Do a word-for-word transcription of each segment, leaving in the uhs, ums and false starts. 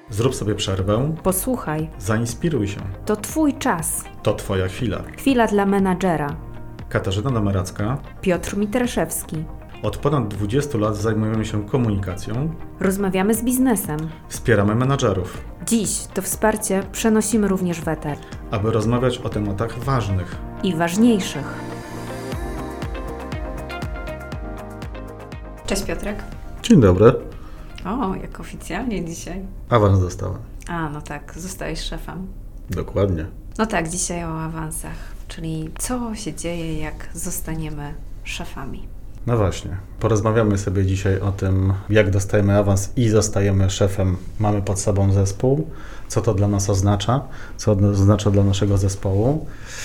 Zrób sobie przerwę. Posłuchaj. Zainspiruj się. To Twój czas. To Twoja chwila. Chwila dla menadżera. Katarzyna Nameracka. Piotr Mitraszewski. Od ponad dwudziestu lat zajmujemy się komunikacją. Rozmawiamy z biznesem. Wspieramy menadżerów. Dziś to wsparcie przenosimy również w eter. Aby rozmawiać o tematach ważnych. I ważniejszych. Cześć Piotrek. Dzień dobry. O, jak oficjalnie dzisiaj. Awans dostałem. A, no tak, zostałeś szefem. Dokładnie. No tak, dzisiaj o awansach, czyli co się dzieje, jak zostaniemy szefami. No właśnie. Porozmawiamy sobie dzisiaj o tym, jak dostajemy awans i zostajemy szefem. Mamy pod sobą zespół, co to dla nas oznacza, co oznacza dla naszego zespołu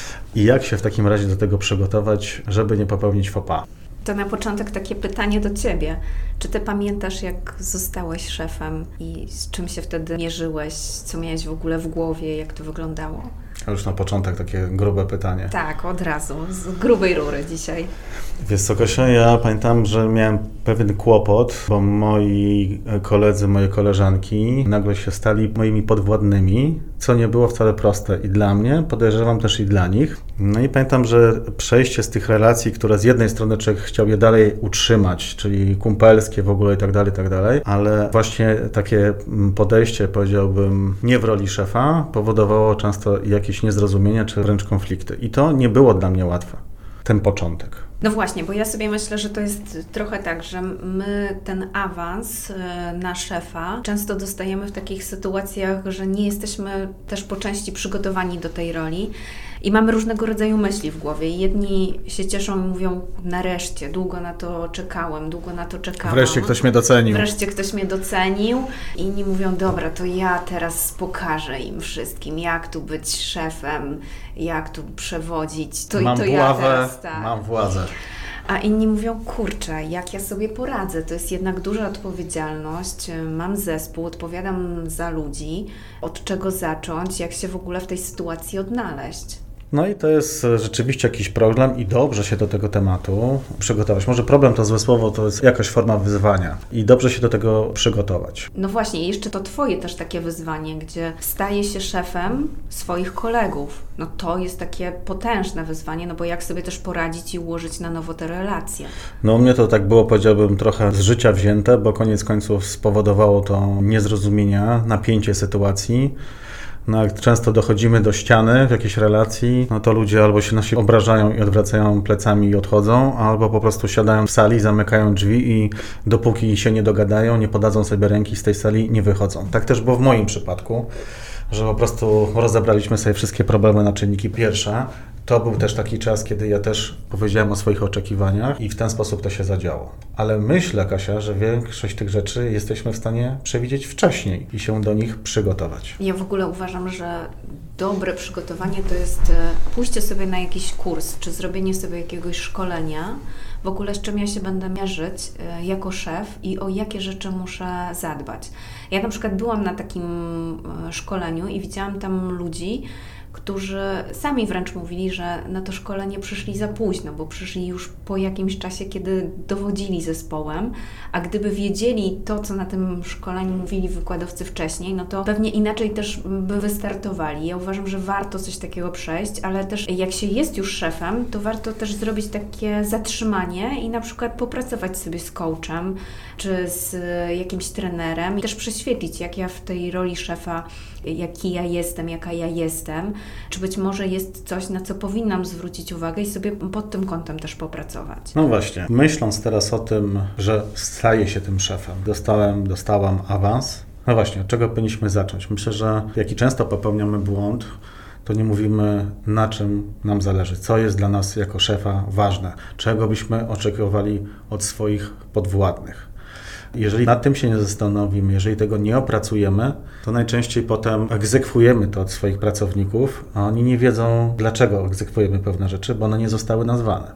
i jak się w takim razie do tego przygotować, żeby nie popełnić faux pas. To na początek takie pytanie do Ciebie. Czy Ty pamiętasz, jak zostałeś szefem i z czym się wtedy mierzyłeś? Co miałeś w ogóle w głowie? Jak to wyglądało? A już na początek takie grube pytanie. Tak, od razu. Z grubej rury dzisiaj. Wiesz co, Kasia, ja pamiętam, że miałem pewien kłopot, bo moi koledzy, moje koleżanki nagle się stali moimi podwładnymi, co nie było wcale proste i dla mnie, podejrzewam też i dla nich. No i pamiętam, że przejście z tych relacji, które z jednej strony człowiek chciał je dalej utrzymać, czyli kumpelskie w ogóle i tak dalej, i tak dalej, ale właśnie takie podejście, powiedziałbym, nie w roli szefa, powodowało często jakieś niezrozumienia czy wręcz konflikty. I to nie było dla mnie łatwe, ten początek. No właśnie, bo ja sobie myślę, że to jest trochę tak, że my ten awans na szefa często dostajemy w takich sytuacjach, że nie jesteśmy też po części przygotowani do tej roli i mamy różnego rodzaju myśli w głowie. Jedni się cieszą i mówią, nareszcie, długo na to czekałem, długo na to czekałam. Wreszcie ktoś mnie docenił. Wreszcie ktoś mnie docenił. Inni mówią, dobra, to ja teraz pokażę im wszystkim, jak tu być szefem, jak tu przewodzić. To mam i to buławę, ja teraz, tak. Mam władzę. A inni mówią, kurczę, jak ja sobie poradzę, to jest jednak duża odpowiedzialność, mam zespół, odpowiadam za ludzi, od czego zacząć, jak się w ogóle w tej sytuacji odnaleźć. No i to jest rzeczywiście jakiś problem i dobrze się do tego tematu przygotować. Może problem to złe słowo, to jest jakaś forma wyzwania i dobrze się do tego przygotować. No właśnie, jeszcze to Twoje też takie wyzwanie, gdzie staje się szefem swoich kolegów. No to jest takie potężne wyzwanie, no bo jak sobie też poradzić i ułożyć na nowo te relacje. No u mnie to tak było, powiedziałbym, trochę z życia wzięte, bo koniec końców spowodowało to niezrozumienia, napięcie sytuacji. No jak często dochodzimy do ściany w jakiejś relacji, no to ludzie albo się na siebie obrażają i odwracają plecami i odchodzą, albo po prostu siadają w sali, zamykają drzwi i dopóki się nie dogadają, nie podadzą sobie ręki z tej sali, nie wychodzą. Tak też było w moim przypadku, że po prostu rozebraliśmy sobie wszystkie problemy na czynniki pierwsze. To był też taki czas, kiedy ja też powiedziałem o swoich oczekiwaniach i w ten sposób to się zadziało. Ale myślę, Kasia, że większość tych rzeczy jesteśmy w stanie przewidzieć wcześniej i się do nich przygotować. Ja w ogóle uważam, że dobre przygotowanie to jest pójście sobie na jakiś kurs, czy zrobienie sobie jakiegoś szkolenia, w ogóle z czym ja się będę mierzyć jako szef i o jakie rzeczy muszę zadbać. Ja na przykład byłam na takim szkoleniu i widziałam tam ludzi, którzy sami wręcz mówili, że na to szkolenie przyszli za późno, bo przyszli już po jakimś czasie, kiedy dowodzili zespołem, a gdyby wiedzieli to, co na tym szkoleniu mówili wykładowcy wcześniej, no to pewnie inaczej też by wystartowali. Ja uważam, że warto coś takiego przejść, ale też jak się jest już szefem, to warto też zrobić takie zatrzymanie i na przykład popracować sobie z coachem, czy z jakimś trenerem i też prześwietlić, jak ja w tej roli szefa, jaki ja jestem, jaka ja jestem, czy być może jest coś, na co powinnam zwrócić uwagę i sobie pod tym kątem też popracować. No właśnie, myśląc teraz o tym, że staję się tym szefem, dostałem, dostałam awans, no właśnie, od czego powinniśmy zacząć? Myślę, że jaki często popełniamy błąd, to nie mówimy, na czym nam zależy, co jest dla nas jako szefa ważne, czego byśmy oczekiwali od swoich podwładnych. Jeżeli nad tym się nie zastanowimy, jeżeli tego nie opracujemy, to najczęściej potem egzekwujemy to od swoich pracowników, a oni nie wiedzą, dlaczego egzekwujemy pewne rzeczy, bo one nie zostały nazwane.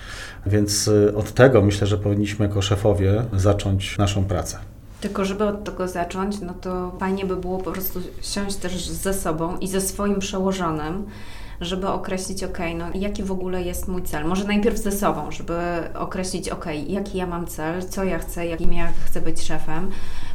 Więc od tego myślę, że powinniśmy jako szefowie zacząć naszą pracę. Tylko żeby od tego zacząć, no to fajnie by było po prostu siąść też ze sobą i ze swoim przełożonym, żeby określić, ok, no jaki w ogóle jest mój cel. Może najpierw ze sobą, żeby określić, ok, jaki ja mam cel, co ja chcę, jakim ja chcę być szefem,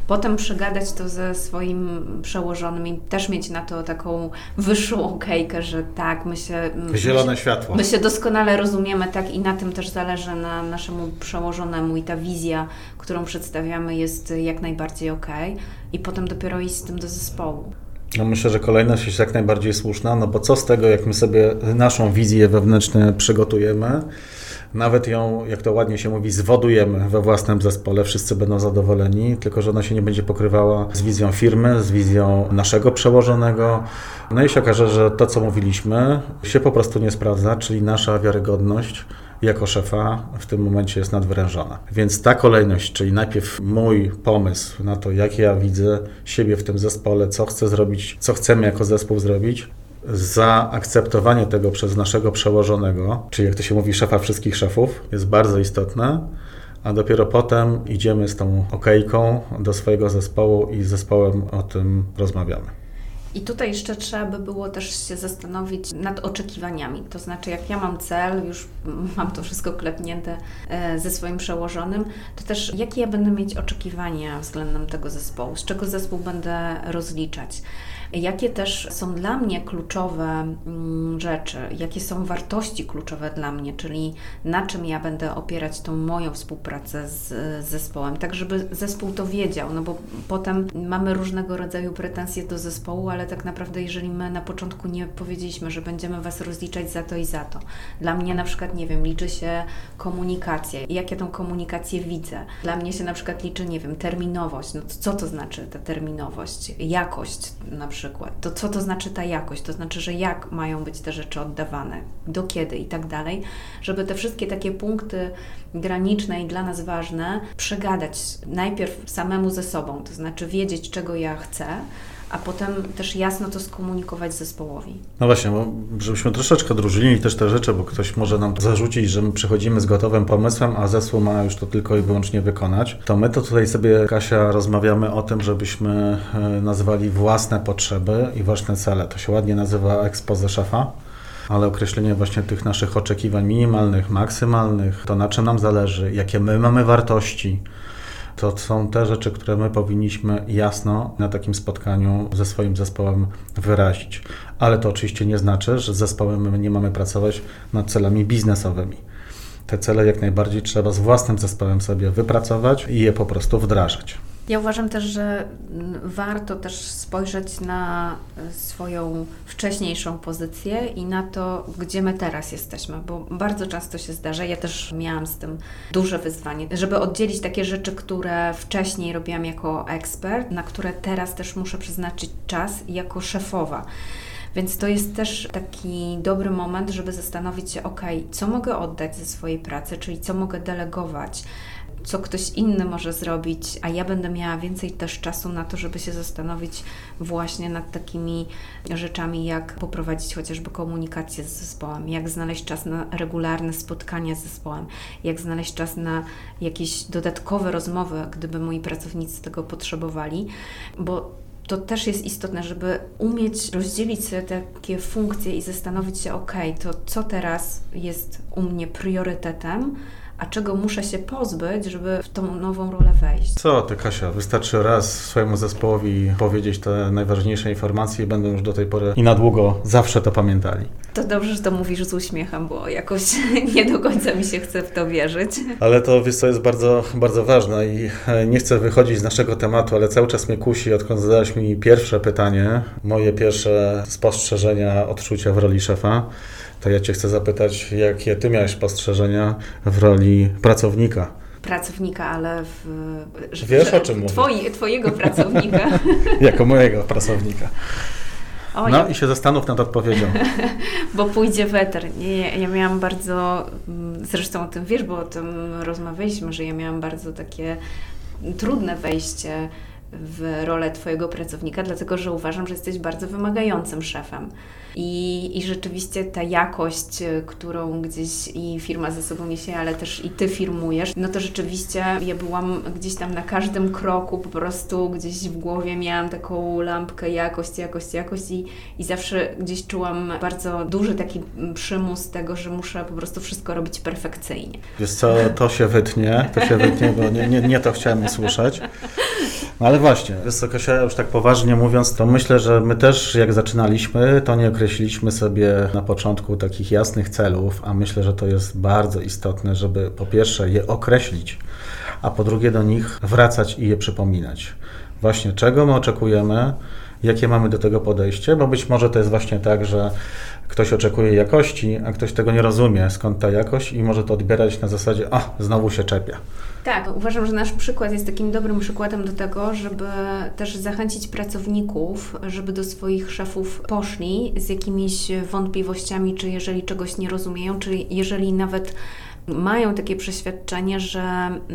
Potem przegadać to ze swoim przełożonym i też mieć na to taką wyższą okejkę, że tak, my się... Zielone my się, światło. My się doskonale rozumiemy, tak, i na tym też zależy na naszemu przełożonemu i ta wizja, którą przedstawiamy, jest jak najbardziej okej. I potem dopiero iść z tym do zespołu. No myślę, że kolejność jest jak najbardziej słuszna, no bo co z tego, jak my sobie naszą wizję wewnętrzną przygotujemy, nawet ją, jak to ładnie się mówi, zwodujemy we własnym zespole, wszyscy będą zadowoleni, tylko że ona się nie będzie pokrywała z wizją firmy, z wizją naszego przełożonego. No i się okaże, że to, co mówiliśmy, się po prostu nie sprawdza, czyli nasza wiarygodność jako szefa w tym momencie jest nadwyrężona. Więc ta kolejność, czyli najpierw mój pomysł na to, jak ja widzę siebie w tym zespole, co chcę zrobić, co chcemy jako zespół zrobić, zaakceptowanie tego przez naszego przełożonego, czyli jak to się mówi, szefa wszystkich szefów, jest bardzo istotne, a dopiero potem idziemy z tą okejką do swojego zespołu i z zespołem o tym rozmawiamy. I tutaj jeszcze trzeba by było też się zastanowić nad oczekiwaniami. To znaczy, jak ja mam cel, już mam to wszystko klepnięte ze swoim przełożonym, to też jakie ja będę mieć oczekiwania względem tego zespołu, z czego zespół będę rozliczać. Jakie też są dla mnie kluczowe rzeczy, jakie są wartości kluczowe dla mnie, czyli na czym ja będę opierać tą moją współpracę z, z zespołem, tak żeby zespół to wiedział, no bo potem mamy różnego rodzaju pretensje do zespołu, ale tak naprawdę jeżeli my na początku nie powiedzieliśmy, że będziemy Was rozliczać za to i za to. Dla mnie na przykład, nie wiem, liczy się komunikacja, jak ja tą komunikację widzę. Dla mnie się na przykład liczy, nie wiem, terminowość, no co to znaczy ta terminowość, jakość na przykład. Przykład. To co to znaczy ta jakość? To znaczy, że jak mają być te rzeczy oddawane, do kiedy i tak dalej, żeby te wszystkie takie punkty graniczne i dla nas ważne przegadać najpierw samemu ze sobą, to znaczy wiedzieć, czego ja chcę, a potem też jasno to skomunikować zespołowi. No właśnie, bo żebyśmy troszeczkę odróżnili też te rzeczy, bo ktoś może nam zarzucić, że my przychodzimy z gotowym pomysłem, a zespół ma już to tylko i wyłącznie wykonać. To my to tutaj sobie, Kasia, rozmawiamy o tym, żebyśmy nazwali własne potrzeby i własne cele. To się ładnie nazywa exposé szefa, ale określenie właśnie tych naszych oczekiwań minimalnych, maksymalnych, to na czym nam zależy, jakie my mamy wartości, to są te rzeczy, które my powinniśmy jasno na takim spotkaniu ze swoim zespołem wyrazić. Ale to oczywiście nie znaczy, że z zespołem my nie mamy pracować nad celami biznesowymi. Te cele jak najbardziej trzeba z własnym zespołem sobie wypracować i je po prostu wdrażać. Ja uważam też, że warto też spojrzeć na swoją wcześniejszą pozycję i na to, gdzie my teraz jesteśmy, bo bardzo często się zdarza, ja też miałam z tym duże wyzwanie, żeby oddzielić takie rzeczy, które wcześniej robiłam jako ekspert, na które teraz też muszę przeznaczyć czas jako szefowa. Więc to jest też taki dobry moment, żeby zastanowić się, ok, co mogę oddać ze swojej pracy, czyli co mogę delegować, co ktoś inny może zrobić, a ja będę miała więcej też czasu na to, żeby się zastanowić właśnie nad takimi rzeczami, jak poprowadzić chociażby komunikację z zespołem, jak znaleźć czas na regularne spotkania z zespołem, jak znaleźć czas na jakieś dodatkowe rozmowy, gdyby moi pracownicy tego potrzebowali, bo to też jest istotne, żeby umieć rozdzielić sobie takie funkcje i zastanowić się, ok, to co teraz jest u mnie priorytetem, a czego muszę się pozbyć, żeby w tą nową rolę wejść. Co ty, Kasia, wystarczy raz swojemu zespołowi powiedzieć te najważniejsze informacje i będą już do tej pory i na długo zawsze to pamiętali. To dobrze, że to mówisz z uśmiechem, bo jakoś nie do końca mi się chce w to wierzyć. Ale to, wiesz co, jest bardzo, bardzo ważne i nie chcę wychodzić z naszego tematu, ale cały czas mnie kusi, odkąd zadałeś mi pierwsze pytanie, moje pierwsze spostrzeżenia, odczucia w roli szefa. To ja Cię chcę zapytać, jakie Ty miałeś spostrzeżenia w roli pracownika? Pracownika, ale w... Wiesz, o czym mówię? Twoi, twojego pracownika. Jako mojego pracownika. O, no ja... i się zastanów nad odpowiedzią. Bo pójdzie weter. Nie, ja miałam bardzo, zresztą o tym wiesz, bo o tym rozmawialiśmy, że ja miałam bardzo takie trudne wejście w rolę Twojego pracownika, dlatego że uważam, że jesteś bardzo wymagającym szefem. I, I rzeczywiście ta jakość, którą gdzieś i firma ze sobą niesie, ale też i Ty firmujesz, no to rzeczywiście ja byłam gdzieś tam na każdym kroku, po prostu gdzieś w głowie miałam taką lampkę jakość, jakość, jakość i, i zawsze gdzieś czułam bardzo duży taki przymus tego, że muszę po prostu wszystko robić perfekcyjnie. Wiesz co, to się wytnie, to się wytnie, bo nie, nie, nie to chciałem usłyszeć. Ale właśnie, Kasia, już tak poważnie mówiąc, to myślę, że my też jak zaczynaliśmy, to nie określiliśmy sobie na początku takich jasnych celów, a myślę, że to jest bardzo istotne, żeby po pierwsze je określić, a po drugie do nich wracać i je przypominać. Właśnie czego my oczekujemy, jakie mamy do tego podejście, bo być może to jest właśnie tak, że ktoś oczekuje jakości, a ktoś tego nie rozumie, skąd ta jakość i może to odbierać na zasadzie, o, znowu się czepia. Tak, uważam, że nasz przykład jest takim dobrym przykładem do tego, żeby też zachęcić pracowników, żeby do swoich szefów poszli z jakimiś wątpliwościami, czy jeżeli czegoś nie rozumieją, czy jeżeli nawet mają takie przeświadczenie, że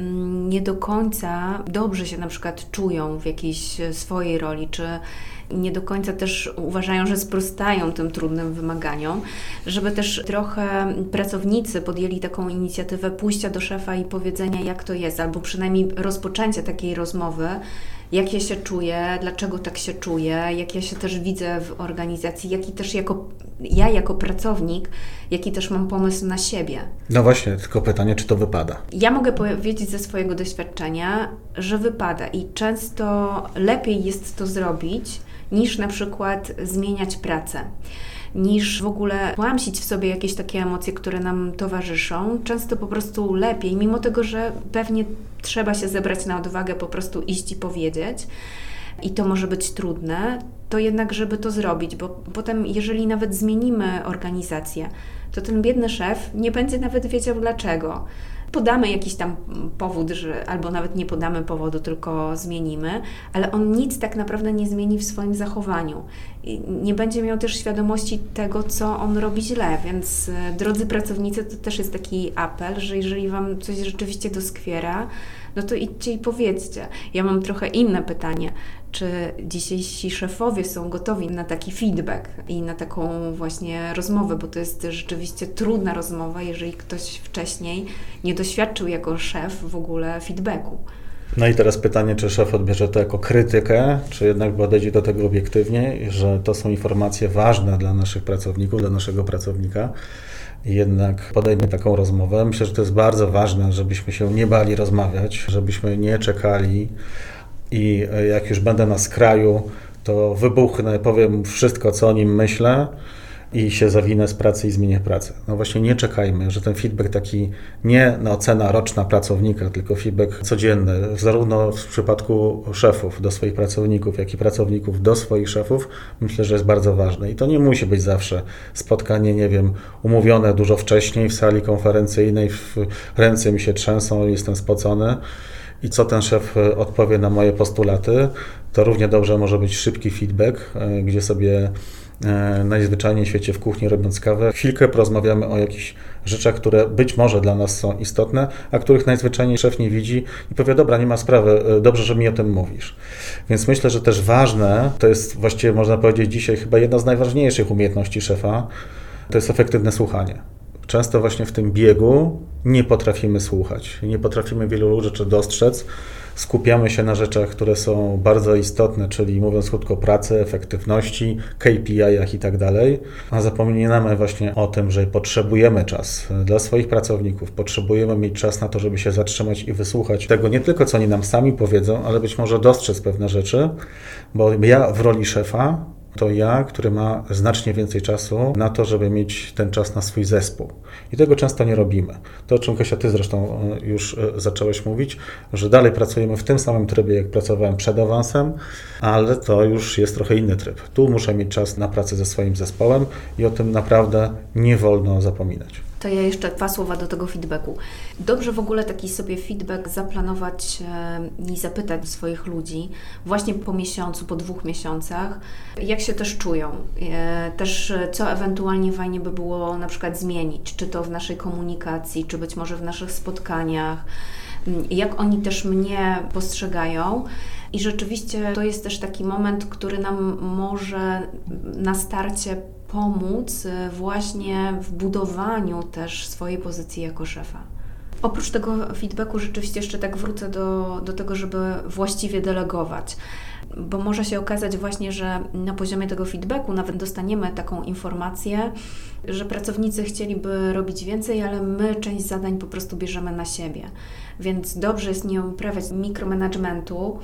nie do końca dobrze się na przykład czują w jakiejś swojej roli, czy nie do końca też uważają, że sprostają tym trudnym wymaganiom, żeby też trochę pracownicy podjęli taką inicjatywę pójścia do szefa i powiedzenia, jak to jest, albo przynajmniej rozpoczęcia takiej rozmowy, jak ja się czuję, dlaczego tak się czuję, jak ja się też widzę w organizacji, jaki też jako, ja jako pracownik, jaki też mam pomysł na siebie. No właśnie, tylko pytanie, czy to wypada? Ja mogę powiedzieć ze swojego doświadczenia, że wypada i często lepiej jest to zrobić, niż na przykład zmieniać pracę, niż w ogóle tłamsić w sobie jakieś takie emocje, które nam towarzyszą. Często po prostu lepiej, mimo tego, że pewnie trzeba się zebrać na odwagę, po prostu iść i powiedzieć. I to może być trudne, to jednak, żeby to zrobić, bo potem, jeżeli nawet zmienimy organizację, to ten biedny szef nie będzie nawet wiedział dlaczego. Podamy jakiś tam powód, że, albo nawet nie podamy powodu, tylko zmienimy, ale on nic tak naprawdę nie zmieni w swoim zachowaniu. I nie będzie miał też świadomości tego, co on robi źle, więc drodzy pracownicy, to też jest taki apel, że jeżeli Wam coś rzeczywiście doskwiera, no to idźcie i powiedzcie. Ja mam trochę inne pytanie. Czy dzisiejsi szefowie są gotowi na taki feedback i na taką właśnie rozmowę, bo to jest rzeczywiście trudna rozmowa, jeżeli ktoś wcześniej nie doświadczył jako szef w ogóle feedbacku. No i teraz pytanie, czy szef odbierze to jako krytykę, czy jednak podejdzie do tego obiektywnie, że to są informacje ważne dla naszych pracowników, dla naszego pracownika. I jednak podejmie taką rozmowę. Myślę, że to jest bardzo ważne, żebyśmy się nie bali rozmawiać, żebyśmy nie czekali i jak już będę na skraju, to wybuchnę, powiem wszystko, co o nim myślę i się zawinę z pracy i zmienię pracę. No właśnie nie czekajmy, że ten feedback taki nie na ocena roczna pracownika, tylko feedback codzienny, zarówno w przypadku szefów do swoich pracowników, jak i pracowników do swoich szefów, myślę, że jest bardzo ważne. I to nie musi być zawsze spotkanie, nie wiem, umówione dużo wcześniej w sali konferencyjnej, w ręce mi się trzęsą, jestem spocony. I co ten szef odpowie na moje postulaty, to równie dobrze może być szybki feedback, gdzie sobie najzwyczajniej w świecie w kuchni, robiąc kawę, chwilkę porozmawiamy o jakichś rzeczach, które być może dla nas są istotne, a których najzwyczajniej szef nie widzi i powie, dobra, nie ma sprawy, dobrze, że mi o tym mówisz. Więc myślę, że też ważne, to jest właściwie można powiedzieć dzisiaj chyba jedna z najważniejszych umiejętności szefa, to jest efektywne słuchanie. Często właśnie w tym biegu nie potrafimy słuchać, nie potrafimy wielu rzeczy dostrzec, skupiamy się na rzeczach, które są bardzo istotne, czyli mówiąc krótko pracy, efektywności, K P I-ach i tak dalej, a zapominamy właśnie o tym, że potrzebujemy czas dla swoich pracowników, potrzebujemy mieć czas na to, żeby się zatrzymać i wysłuchać tego nie tylko, co oni nam sami powiedzą, ale być może dostrzec pewne rzeczy, bo ja w roli szefa to ja, który ma znacznie więcej czasu na to, żeby mieć ten czas na swój zespół. I tego często nie robimy. To, o czym Kasia, ty zresztą już zaczęłaś mówić, że dalej pracujemy w tym samym trybie, jak pracowałem przed awansem, ale to już jest trochę inny tryb. Tu muszę mieć czas na pracę ze swoim zespołem i o tym naprawdę nie wolno zapominać. To ja jeszcze dwa słowa do tego feedbacku. Dobrze w ogóle taki sobie feedback zaplanować i zapytać swoich ludzi właśnie po miesiącu, po dwóch miesiącach, jak się też czują. Też co ewentualnie fajnie by było na przykład zmienić, czy to w naszej komunikacji, czy być może w naszych spotkaniach, jak oni też mnie postrzegają. I rzeczywiście to jest też taki moment, który nam może na starcie pomóc właśnie w budowaniu też swojej pozycji jako szefa. Oprócz tego feedbacku rzeczywiście jeszcze tak wrócę do, do tego, żeby właściwie delegować. Bo może się okazać właśnie, że na poziomie tego feedbacku nawet dostaniemy taką informację, że pracownicy chcieliby robić więcej, ale my część zadań po prostu bierzemy na siebie. Więc dobrze jest nie uprawiać mikromanagementu,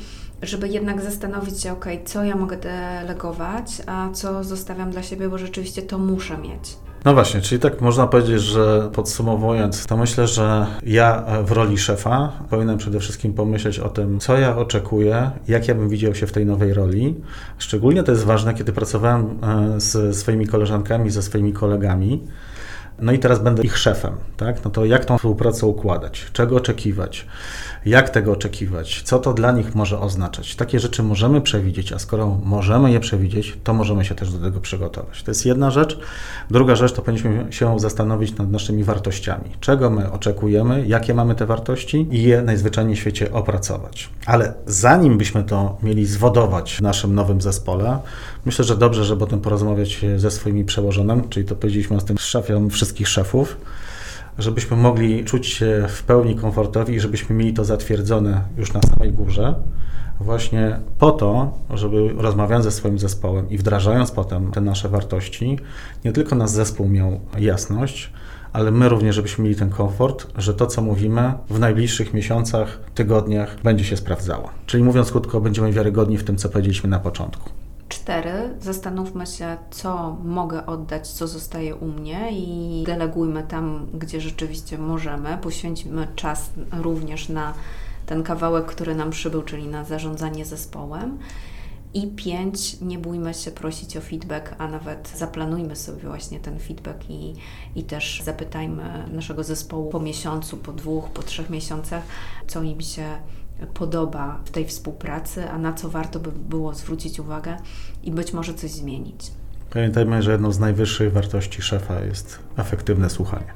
żeby jednak zastanowić się, ok, co ja mogę delegować, a co zostawiam dla siebie, bo rzeczywiście to muszę mieć. No właśnie, czyli tak można powiedzieć, że podsumowując, to myślę, że ja w roli szefa powinienem przede wszystkim pomyśleć o tym, co ja oczekuję, jak ja bym widział się w tej nowej roli. Szczególnie to jest ważne, kiedy pracowałem z swoimi koleżankami, ze swoimi kolegami. No i teraz będę ich szefem, tak? No to jak tą współpracę układać? Czego oczekiwać? Jak tego oczekiwać? Co to dla nich może oznaczać? Takie rzeczy możemy przewidzieć, a skoro możemy je przewidzieć, to możemy się też do tego przygotować. To jest jedna rzecz. Druga rzecz to powinniśmy się zastanowić nad naszymi wartościami. Czego my oczekujemy, jakie mamy te wartości i je najzwyczajniej w świecie opracować. Ale zanim byśmy to mieli zwodować w naszym nowym zespole, myślę, że dobrze, żeby o tym porozmawiać ze swoimi przełożonym, czyli to powiedzieliśmy z tym szefem wszystkich szefów, żebyśmy mogli czuć się w pełni komfortowi i żebyśmy mieli to zatwierdzone już na samej górze, właśnie po to, żeby rozmawiając ze swoim zespołem i wdrażając potem te nasze wartości, nie tylko nasz zespół miał jasność, ale my również, żebyśmy mieli ten komfort, że to, co mówimy w najbliższych miesiącach, tygodniach będzie się sprawdzało. Czyli mówiąc krótko, będziemy wiarygodni w tym, co powiedzieliśmy na początku. Cztery, zastanówmy się, co mogę oddać, co zostaje u mnie i delegujmy tam, gdzie rzeczywiście możemy. Poświęćmy czas również na ten kawałek, który nam przybył, czyli na zarządzanie zespołem. I pięć, nie bójmy się prosić o feedback, a nawet zaplanujmy sobie właśnie ten feedback i, i też zapytajmy naszego zespołu po miesiącu, po dwóch, po trzech miesiącach, co im się podoba w tej współpracy, a na co warto by było zwrócić uwagę i być może coś zmienić. Pamiętajmy, że jedną z najwyższych wartości szefa jest efektywne słuchanie.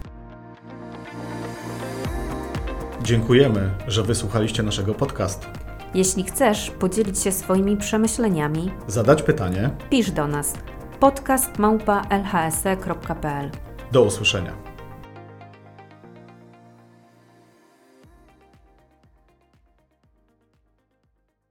Dziękujemy, że wysłuchaliście naszego podcastu. Jeśli chcesz podzielić się swoimi przemyśleniami, zadać pytanie, pisz do nas podcast małpa l h s e kropka p l. Do usłyszenia.